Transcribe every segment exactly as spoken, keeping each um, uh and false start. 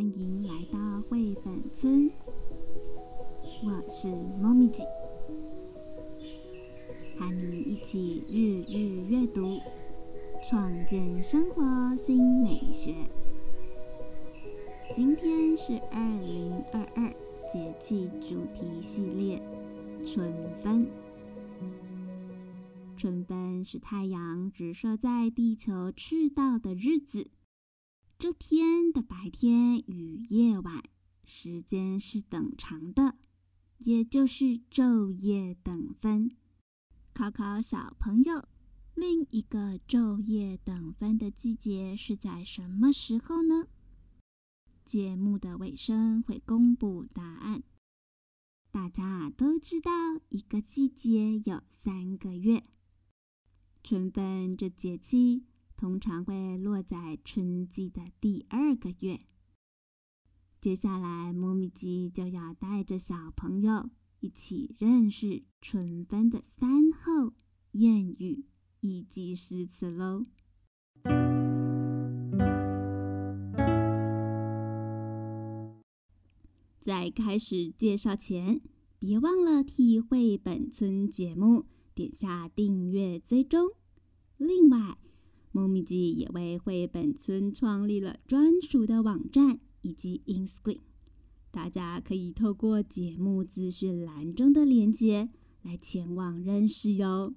迎来到绘本村，我是猫咪姐，和你一起日日阅读，创建生活新美学。今天是二零二二节气主题系列春分。春分是太阳直射在地球赤道的日子，这天的白天与夜晚时间是等长的，也就是昼夜等分。考考小朋友，另一个昼夜等分的季节是在什么时候呢？节目的尾声会公布答案。大家都知道，一个季节有三个月。春分这节气通常会落在春季的第二个月。接下来，猫咪鸡就要带着小朋友一起认识春分的三候、谚语以及诗词喽。在开始介绍前，别忘了替绘本村节目点下订阅追踪。另外，猫咪鸡也为绘本村创立了专属的网站以及 Instagram， 大家可以透过节目资讯栏中的连结来前往认识哟。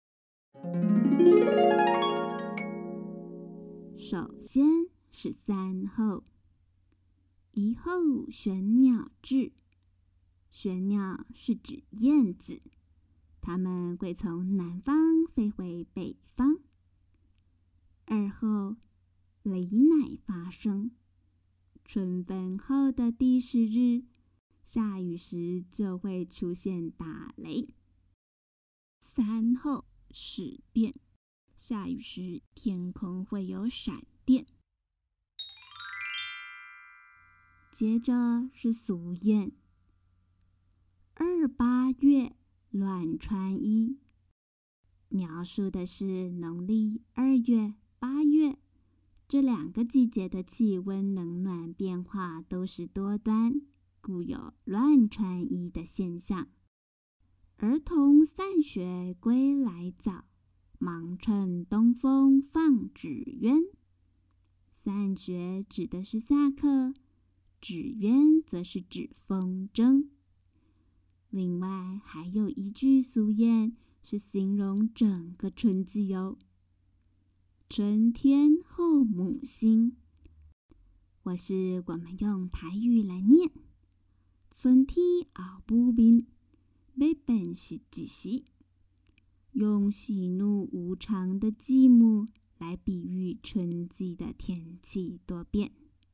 首先是三候。一候玄鸟至，玄鸟是指燕子，它们会从南方飞回北方。二候雷乃发生，春分后的第十日，下雨时就会出现打雷。三候始电，下雨时天空会有闪电。接着是俗谚，二八月乱穿衣，描述的是农历二月、八月这两个季节的气温冷暖变化都是多端，故有乱穿衣的现象。儿童散学归来早，忙趁东风放纸鸢。散学指的是下课，纸鸢则是指风筝。另外还有一句俗谚是形容整个春季哦，春天后母心，或是我们用台语来念，春天后母面，要变是一时，用喜怒无常的寂寞来比喻春季的天气多变。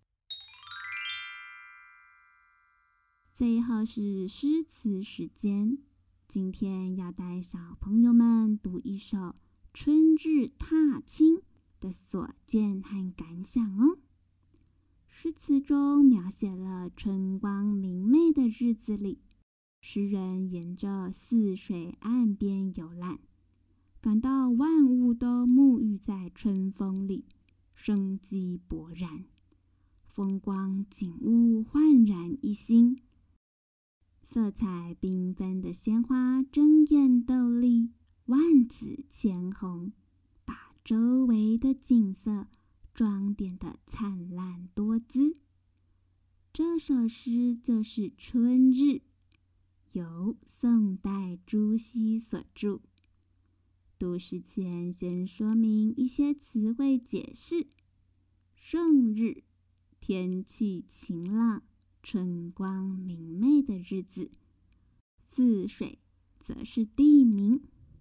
最后是诗词时间，今天要带小朋友们读一首《春日踏青》的所见和感想哦。诗词中描写了春光明媚的日子里，诗人沿着泗水岸边游览，感到万物都沐浴在春风里，生机勃然，风光景物焕然一新。色彩缤纷的鲜花争艳斗丽，万紫千红，把周围的景色装点得灿烂多姿。这首诗就是《春日》，由宋代朱熹所著。读诗前先说明一些词汇解释。盛日，天气晴朗，春光明媚的日子。泗水则是地名。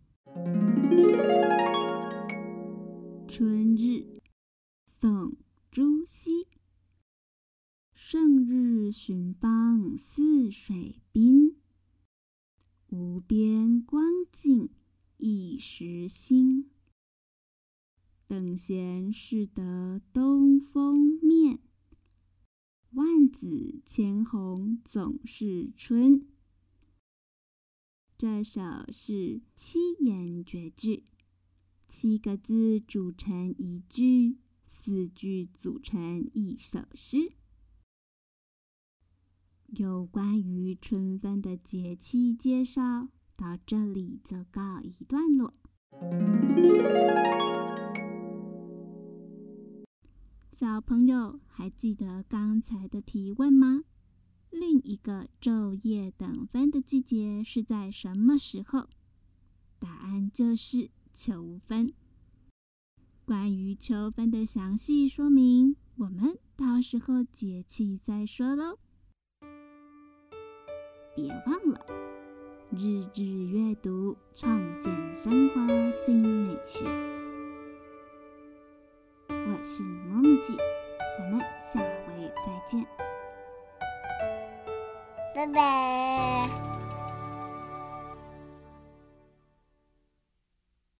春日，宋朱熹。盛日寻芳泗水滨，无边光景一时新。等闲识得东风面，万紫千红总是春。这首是七言绝句，七个字组成一句，四句组成一首诗。 有关于春分的节气介绍到这里就告一段落。小朋友还记得刚才的提问吗？另一个昼夜等分的季节是在什么时候？答案就是秋分。关于秋分的详细说明，我们到时候节气再说咯。别忘了日日阅读，创建生活新美学。我是猫咪姐，我们下回再见， 拜拜。